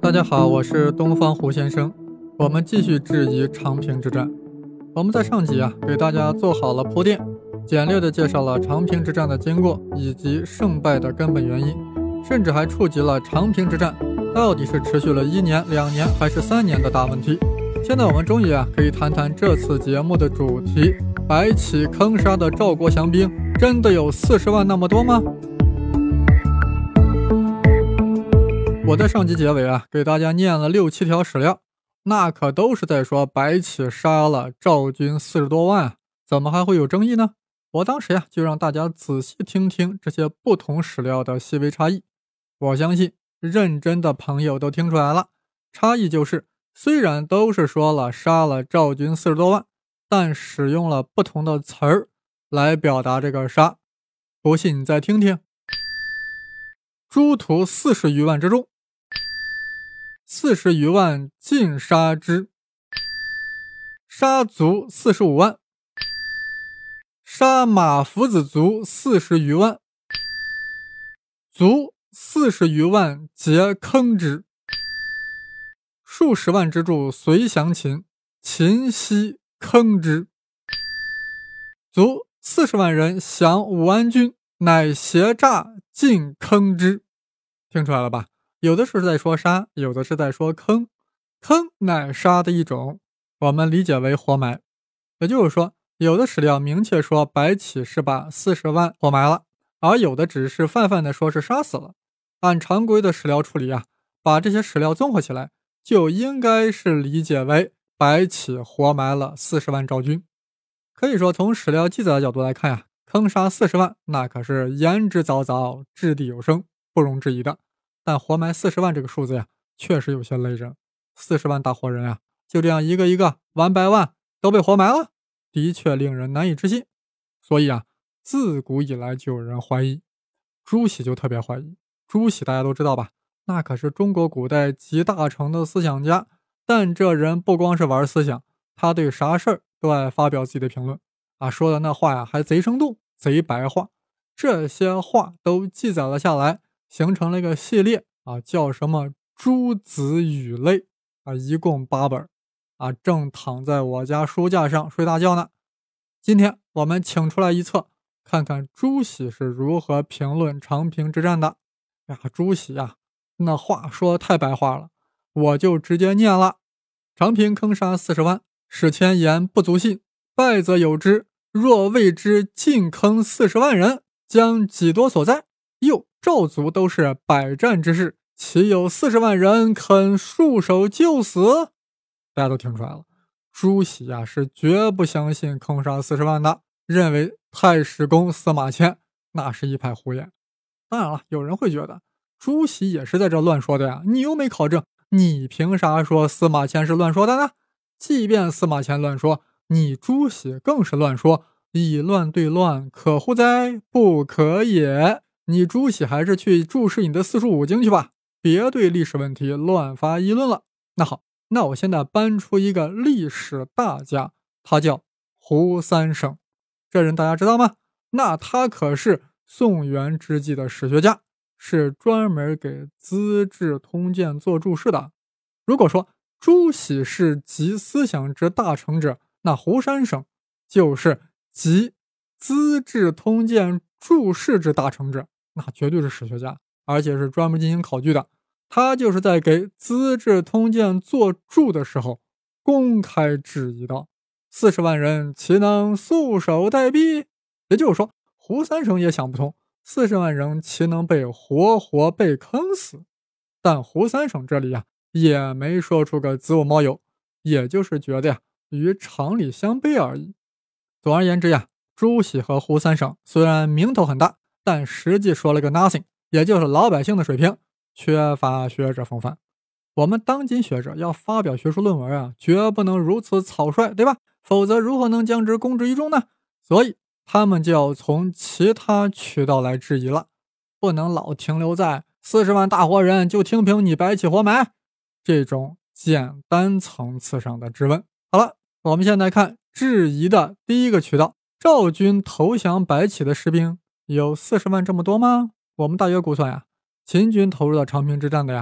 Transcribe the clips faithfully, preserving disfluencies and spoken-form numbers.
大家好，我是东方胡先生。我们继续质疑长平之战。我们在上集啊，给大家做好了铺垫，简略的介绍了长平之战的经过以及胜败的根本原因，甚至还触及了长平之战到底是持续了一年、两年还是三年的大问题。现在我们终于啊，可以谈谈这次节目的主题：白起坑杀的赵国降兵真的有四十万那么多吗？我在上集结尾啊，给大家念了六七条史料，那可都是在说白起杀了赵军四十多万啊，怎么还会有争议呢？我当时呀、啊，就让大家仔细听听这些不同史料的细微差异。我相信认真的朋友都听出来了，差异就是虽然都是说了杀了赵军四十多万，但使用了不同的词儿来表达这个杀。不信你再听听。诸徒四十余万之众，四十余万尽杀之，杀卒四十五万，杀马夫子卒四十余万，卒四十余万皆坑之，数十万之众随降秦，秦悉坑之，卒四十万人降武安军，乃挟诈尽坑之。听出来了吧？有的是在说杀，有的是在说坑。坑乃杀的一种，我们理解为活埋。也就是说，有的史料明确说白起是把四十万活埋了，而有的只是泛泛的说是杀死了。按常规的史料处理啊，把这些史料综合起来，就应该是理解为白起活埋了四十万赵军。可以说从史料记载的角度来看呀、啊，坑杀四十万那可是言之凿凿，掷地有声，不容置疑的。但活埋四十万这个数字呀，确实有些累人。四十万大活人啊，就这样一个一个完百万都被活埋了，的确令人难以置信。所以啊，自古以来就有人怀疑，朱熹就特别怀疑。朱熹大家都知道吧，那可是中国古代集大成的思想家，但这人不光是玩思想，他对啥事儿都爱发表自己的评论啊，说的那话呀还贼生动贼白话，这些话都记载了下来，形成了一个系列啊，叫什么诸子语类啊，一共八本啊，正躺在我家书架上睡大觉呢。今天我们请出来一册，看看朱熹是如何评论长平之战的。呀，朱熹呀，那话说太白话了，我就直接念了。长平坑杀四十万，史前言不足信，败则有之，若未知尽坑四十万人，将几多所在？又赵族都是百战之士，岂有四十万人肯束手就死？大家都听出来了，朱熹啊是绝不相信坑杀四十万的，认为太史公司马迁那是一派胡言。当然了，有人会觉得朱熹也是在这乱说的呀，你又没考证，你凭啥说司马迁是乱说的呢？即便司马迁乱说，你朱熹更是乱说，以乱对乱，可乎哉？不可也。你朱熹还是去注释你的四书五经去吧，别对历史问题乱发议论了。那好，那我现在搬出一个历史大家，他叫胡三省。这人大家知道吗？那他可是宋元之际的史学家，是专门给《资治通鉴》做注释的。如果说朱熹是集思想之大成者，那胡三省就是集《资治通鉴》注释之大成者，那绝对是史学家，而且是专门进行考据的。他就是在给《资治通鉴》做注的时候，公开质疑道：四十万人岂能束手待毙？也就是说，胡三省也想不通，四十万人岂能被活活被坑死？但胡三省这里呀、啊，也没说出个子午卯酉，也就是觉得呀，与常理相悖而已。总而言之呀，朱熹和胡三省虽然名头很大，但实际说了个 nothing， 也就是老百姓的水平，缺乏学者风范。我们当今学者要发表学术论文啊，绝不能如此草率，对吧？否则如何能将之公之于众呢？所以他们就要从其他渠道来质疑了，不能老停留在四十万大活人就听凭你白起活埋这种简单层次上的质问。好了，我们现在看质疑的第一个渠道，赵军投降白起的士兵有四十万这么多吗？我们大约估算呀，秦军投入到长平之战的呀，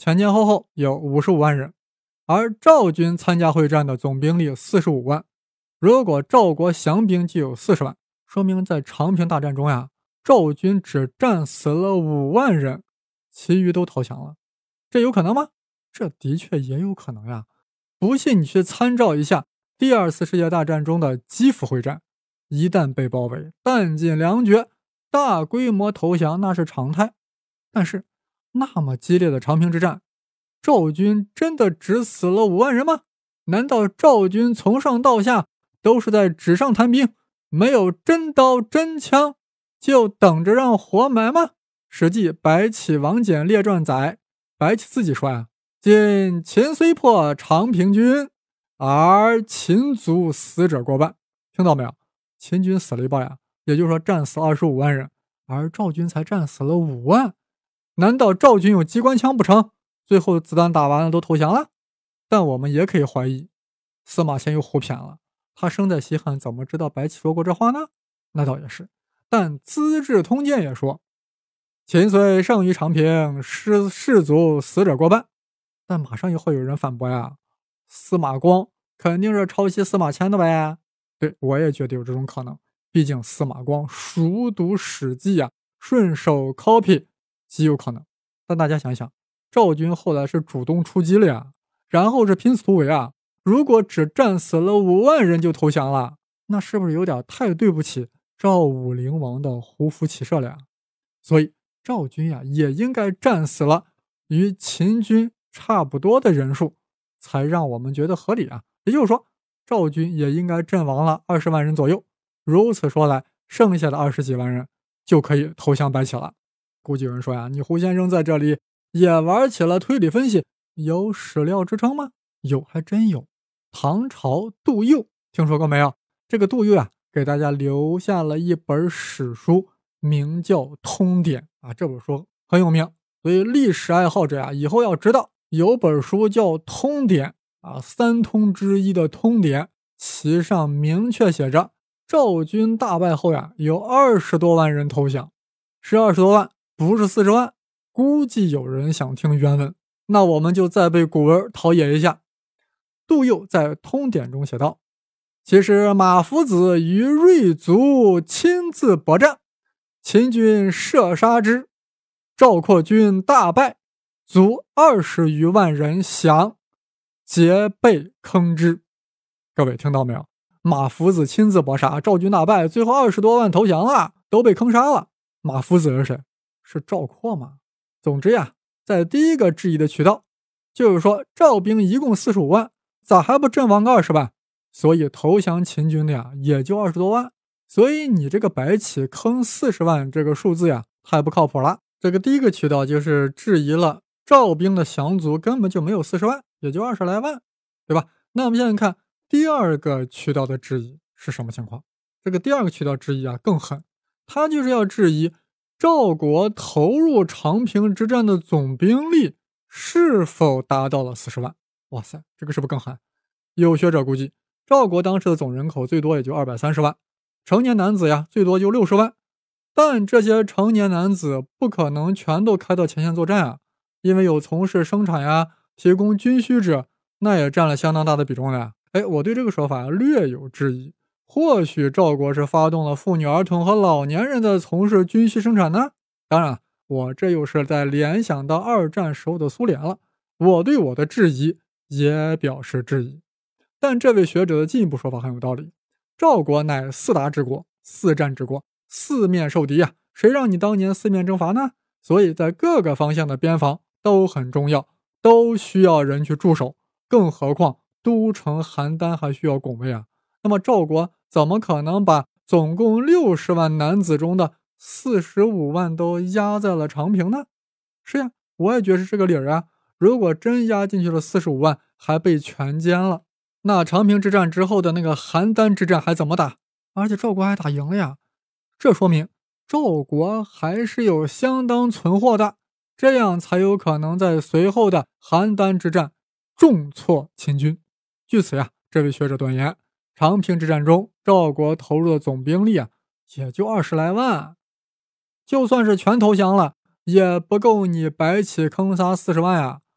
前前后后有五十五万人，而赵军参加会战的总兵力四十五万。如果赵国降兵就有四十万，说明在长平大战中呀，赵军只战死了五万人，其余都投降了。这有可能吗？这的确也有可能呀。不信你去参照一下第二次世界大战中的基辅会战，一旦被包围，弹尽粮绝，大规模投降那是常态。但是那么激烈的长平之战，赵军真的只死了五万人吗？难道赵军从上到下都是在纸上谈兵，没有真刀真枪，就等着让活埋吗？史记白起王翦列传载，白起自己说呀，今秦虽破长平军，而秦族死者过半。听到没有？秦军死了一半呀，也就是说战死二十五万人，而赵军才战死了五万。难道赵军有机关枪不成？最后子弹打完了都投降了？但我们也可以怀疑，司马迁又胡谝了。他生在西汉，怎么知道白起说过这话呢？那倒也是。但《资治通鉴》也说，秦虽胜于长平，士士卒死者过半。但马上又会有人反驳呀，司马光肯定是抄袭司马迁的呗。对，我也觉得有这种可能，毕竟司马光熟读史记啊，顺手 copy 极有可能。但大家想想，赵军后来是主动出击了呀，然后是拼死突围啊，如果只战死了五万人就投降了，那是不是有点太对不起赵武灵王的胡服骑射了呀？所以赵军呀也应该战死了与秦军差不多的人数，才让我们觉得合理啊。也就是说，赵军也应该阵亡了二十万人左右。如此说来，剩下的二十几万人就可以投降白起了。估计有人说呀，你胡先生在这里也玩起了推理分析，有史料支撑吗？有，还真有。唐朝杜佑，听说过没有？这个杜佑啊，给大家留下了一本史书，名叫《通典》啊，这本书很有名，所以历史爱好者啊，以后要知道有本书叫《通典》啊，三通之一的《通典》，其上明确写着，赵军大败后呀，有二十多万人投降，是二十多万，不是四十万。估计有人想听原文，那我们就再背古文陶冶一下。杜佑在《通典》中写道，其实马夫子与锐卒亲自搏战，秦军射杀之，赵括军大败，卒二十余万人降，皆被坑之。各位听到没有？马夫子亲自搏杀，赵军大败，最后二十多万投降了，都被坑杀了。马夫子是谁？是赵括吗？总之呀，在第一个质疑的渠道，就是说赵兵一共四十五万，咋还不阵亡个二十万？所以投降秦军的呀，也就二十多万。所以你这个白起坑四十万这个数字呀，太不靠谱了。这个第一个渠道就是质疑了赵兵的降卒根本就没有四十万，也就二十来万，对吧？那我们现在看第二个渠道的质疑是什么情况？这个第二个渠道质疑啊更狠，他就是要质疑赵国投入长平之战的总兵力是否达到了四十万。哇塞，这个是不是更狠？有学者估计，赵国当时的总人口最多也就二百三十万，成年男子呀最多就六十万，但这些成年男子不可能全都开到前线作战啊，因为有从事生产呀、提供军需者，那也占了相当大的比重的呀。哎，我对这个说法略有质疑，或许赵国是发动了妇女儿童和老年人在从事军需生产呢？当然，我这又是在联想到二战时候的苏联了，我对我的质疑也表示质疑。但这位学者的进一步说法很有道理，赵国乃四达之国，四战之国，四面受敌啊，谁让你当年四面征伐呢？所以在各个方向的边防都很重要，都需要人去驻守，更何况都城邯郸还需要拱卫啊。那么赵国怎么可能把总共六十万男子中的四十五万都压在了长平呢？是呀，我也觉得是这个理儿啊。如果真压进去了四十五万，还被全歼了，那长平之战之后的那个邯郸之战还怎么打？而且赵国还打赢了呀，这说明赵国还是有相当存货的，这样才有可能在随后的邯郸之战重挫秦军。据此呀，这位学者断言，长平之战中赵国投入的总兵力啊，也就二十来万，就算是全投降了，也不够你白起坑杀四十万呀。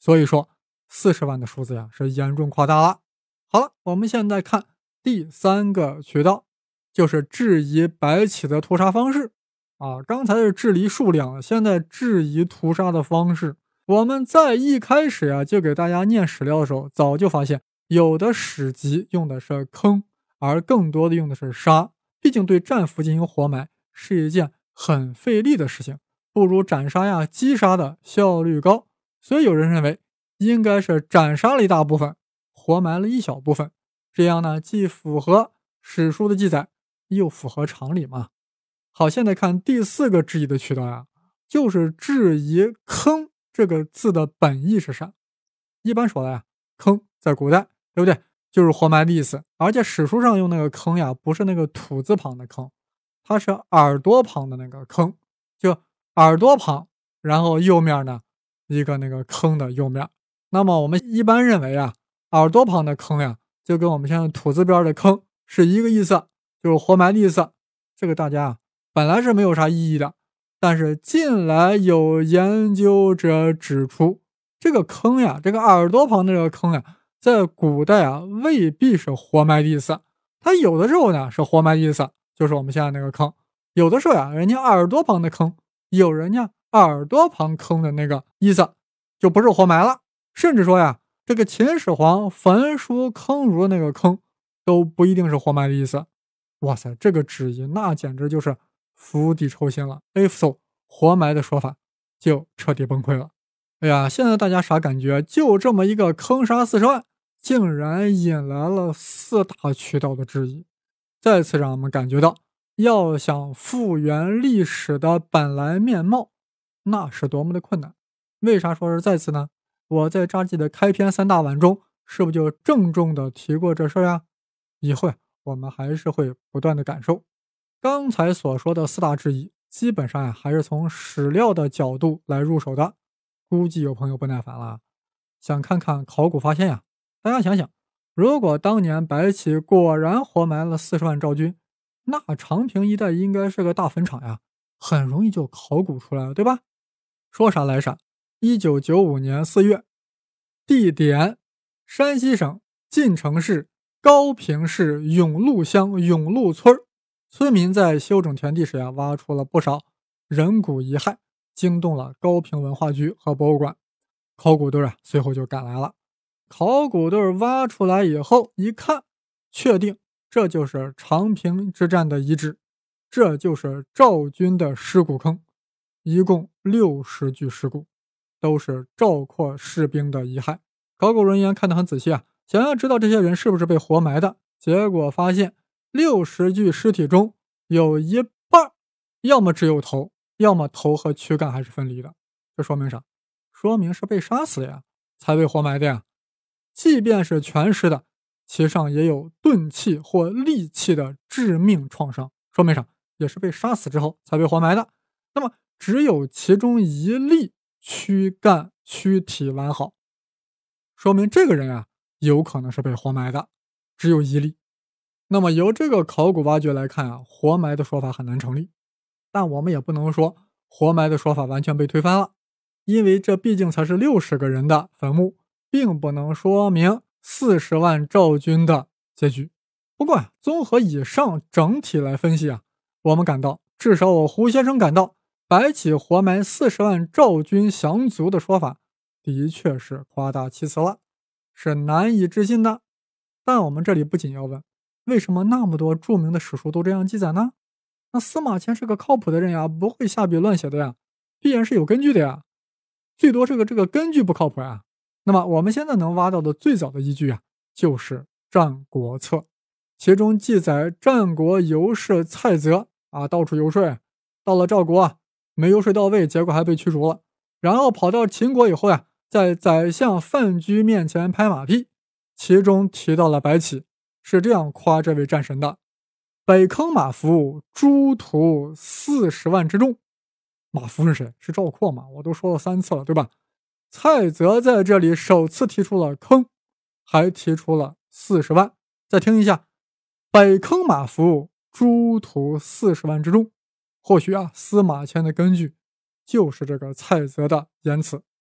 所以说四十万的数字呀是严重夸大了。好了，我们现在看第三个渠道，就是质疑白起的屠杀方式啊。刚才是质疑数量，现在质疑屠杀的方式。我们在一开始呀就给大家念史料的时候，早就发现有的史籍用的是坑，而更多的用的是杀。毕竟对战俘进行活埋是一件很费力的事情，不如斩杀呀击杀的效率高。所以有人认为应该是斩杀了一大部分，活埋了一小部分，这样呢既符合史书的记载，又符合常理嘛。好，现在看第四个质疑的渠道呀，就是质疑坑这个字的本意是啥。一般说来呀，坑在古代对不对，就是活埋的意思，而且史书上用那个坑呀，不是那个土字旁的坑，它是耳朵旁的那个坑，就耳朵旁，然后右面呢一个那个坑的右面。那么我们一般认为啊，耳朵旁的坑呀，就跟我们现在土字边的坑是一个意思，就是活埋的意思。这个大家啊本来是没有啥意义的，但是近来有研究者指出，这个坑呀，这个耳朵旁的这个坑呀，在古代啊未必是活埋的意思，它有的时候呢是活埋的意思，就是我们现在那个坑。有的时候呀，人家耳朵旁的坑有人家耳朵旁坑的那个意思，就不是活埋了。甚至说呀，这个秦始皇焚书坑儒那个坑都不一定是活埋的意思。哇塞，这个质疑那简直就是釜底抽薪了。 If so， 活埋的说法就彻底崩溃了。哎呀，现在大家啥感觉？就这么一个坑杀四十万，竟然引来了四大渠道的质疑，再次让我们感觉到要想复原历史的本来面貌，那是多么的困难。为啥说是再次呢？我在札记的开篇三大碗中是不是就郑重的提过这事儿呀？以后呀我们还是会不断的感受。刚才所说的四大质疑基本上呀还是从史料的角度来入手的。估计有朋友不耐烦了，想看看考古发现呀。大家想想，如果当年白起果然活埋了四十万赵军，那长平一带应该是个大坟场呀，很容易就考古出来了，对吧？说啥来啥，一九九五年四月，地点山西省晋城市高平市永禄乡永禄村，村民在修整田地时呀，挖出了不少人骨遗骸，惊动了高平文化局和博物馆。考古队啊随后就赶来了。考古队挖出来以后一看，确定这就是长平之战的遗址，这就是赵军的尸骨坑，一共六十具尸骨，都是赵括士兵的遗骸。考古人员看得很仔细啊，想要知道这些人是不是被活埋的，结果发现六十具尸体中有一半要么只有头，要么头和躯干还是分离的。这说明啥？说明是被杀死的呀，才被活埋的呀。即便是全尸的，其上也有钝器或利器的致命创伤，说明啥？也是被杀死之后才被活埋的。那么只有其中一例躯干躯体完好，说明这个人啊有可能是被活埋的，只有一例。那么由这个考古挖掘来看啊，活埋的说法很难成立。但我们也不能说活埋的说法完全被推翻了，因为这毕竟才是六十个人的坟墓，并不能说明四十万赵军的结局。不过啊，综合以上整体来分析啊，我们感到，至少我胡先生感到，白起活埋四十万赵军降卒的说法的确是夸大其词了，是难以置信的。但我们这里不仅要问，为什么那么多著名的史书都这样记载呢？那司马迁是个靠谱的人呀，不会下笔乱写的呀，必然是有根据的呀，最多是个这个根据不靠谱呀。那么我们现在能挖到的最早的依据啊，就是《战国策》，其中记载战国游士蔡泽啊，到处游说，到了赵国啊，没游说到位，结果还被驱逐了。然后跑到秦国以后呀，在宰相范雎面前拍马屁，其中提到了白起，是这样夸这位战神的：北坑马服，诸屠四十万之众。马服是谁？是赵括嘛？我都说了三次了，对吧？蔡泽在这里首次提出了坑，还提出了四十万。再听一下，北坑马服，诸屠四十万之众。或许啊，司马迁的根据就是这个蔡泽的言辞。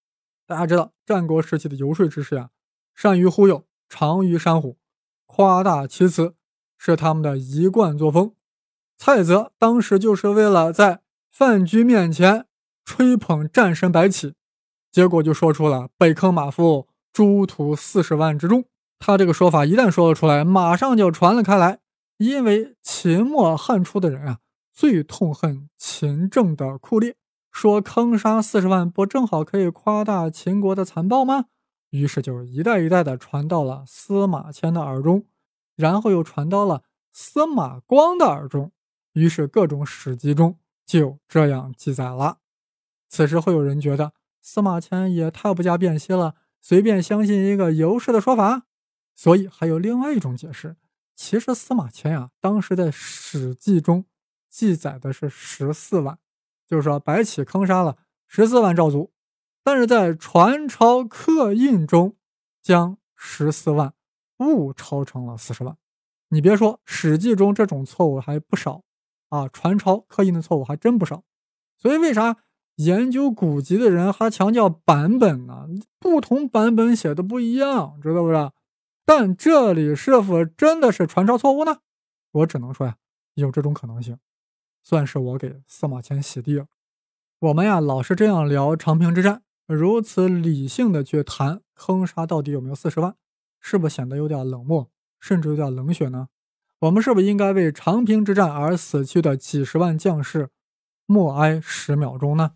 大家知道，战国时期的游说之士啊，善于忽悠，长于山虎，夸大其词，是他们的一贯作风。蔡泽当时就是为了在范雎面前吹捧战神白起，结果就说出了北坑马腹，诸徒四十万之众。他这个说法一旦说了出来，马上就传了开来，因为秦末汉初的人啊，最痛恨秦政的酷烈，说坑杀四十万不正好可以夸大秦国的残暴吗？于是就一代一代的传到了司马迁的耳中，然后又传到了司马光的耳中，于是各种史籍中就这样记载了。此时会有人觉得司马迁也太不加辨析了，随便相信一个游氏的说法。所以还有另外一种解释，其实司马迁啊，当时在史记中记载的是十四万，就是说白起坑杀了十四万赵族，但是在传抄刻印中将十四万误抄成了四十万。你别说，史记中这种错误还不少啊，传抄刻印的错误还真不少。所以为啥研究古籍的人还强调版本呢？不同版本写的不一样，知道不知道？但这里是否真的是传抄错误呢？我只能说呀，有这种可能性，算是我给司马迁洗地了。我们呀老是这样聊长平之战，如此理性的去谈坑杀到底有没有四十万，是不是显得有点冷漠，甚至有点冷血呢？我们是不是应该为长平之战而死去的几十万将士默哀十秒钟呢？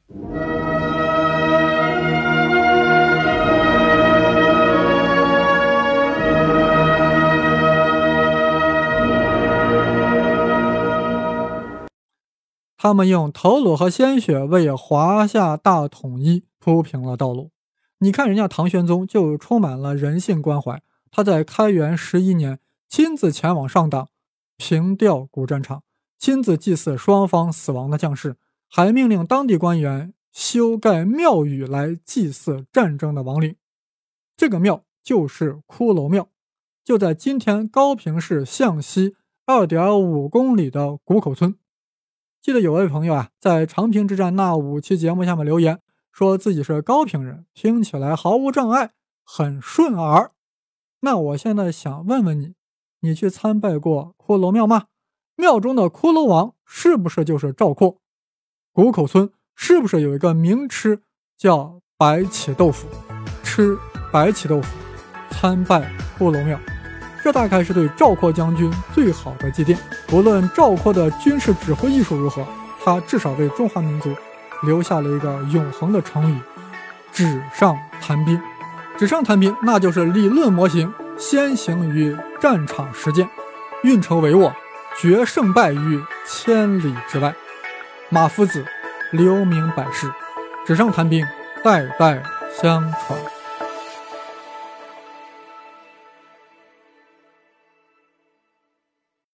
他们用头颅和鲜血为华夏大统一铺平了道路。你看人家唐玄宗就充满了人性关怀，他在开元十一年亲自前往上党，平调古战场，亲自祭祀双方死亡的将士，还命令当地官员修盖庙宇来祭祀战争的亡灵。这个庙就是骷髅庙，就在今天高平市向西 二点五公里的谷口村。记得有位朋友啊，在长平之战那五期节目下面留言，说自己是高平人，听起来毫无障碍，很顺耳。那我现在想问问你，你去参拜过骷髅庙吗？庙中的骷髅王是不是就是赵括？谷口村是不是有一个名吃叫白起豆腐？吃白起豆腐，参拜骷髅庙，这大概是对赵括将军最好的祭奠。无论赵括的军事指挥艺术如何，他至少为中华民族留下了一个永恒的成语：纸上谈兵。纸上谈兵，那就是理论模型先行于战场实践，运筹帷幄，决胜败于千里之外。马夫子留名百世，纸上谈兵，代代相传。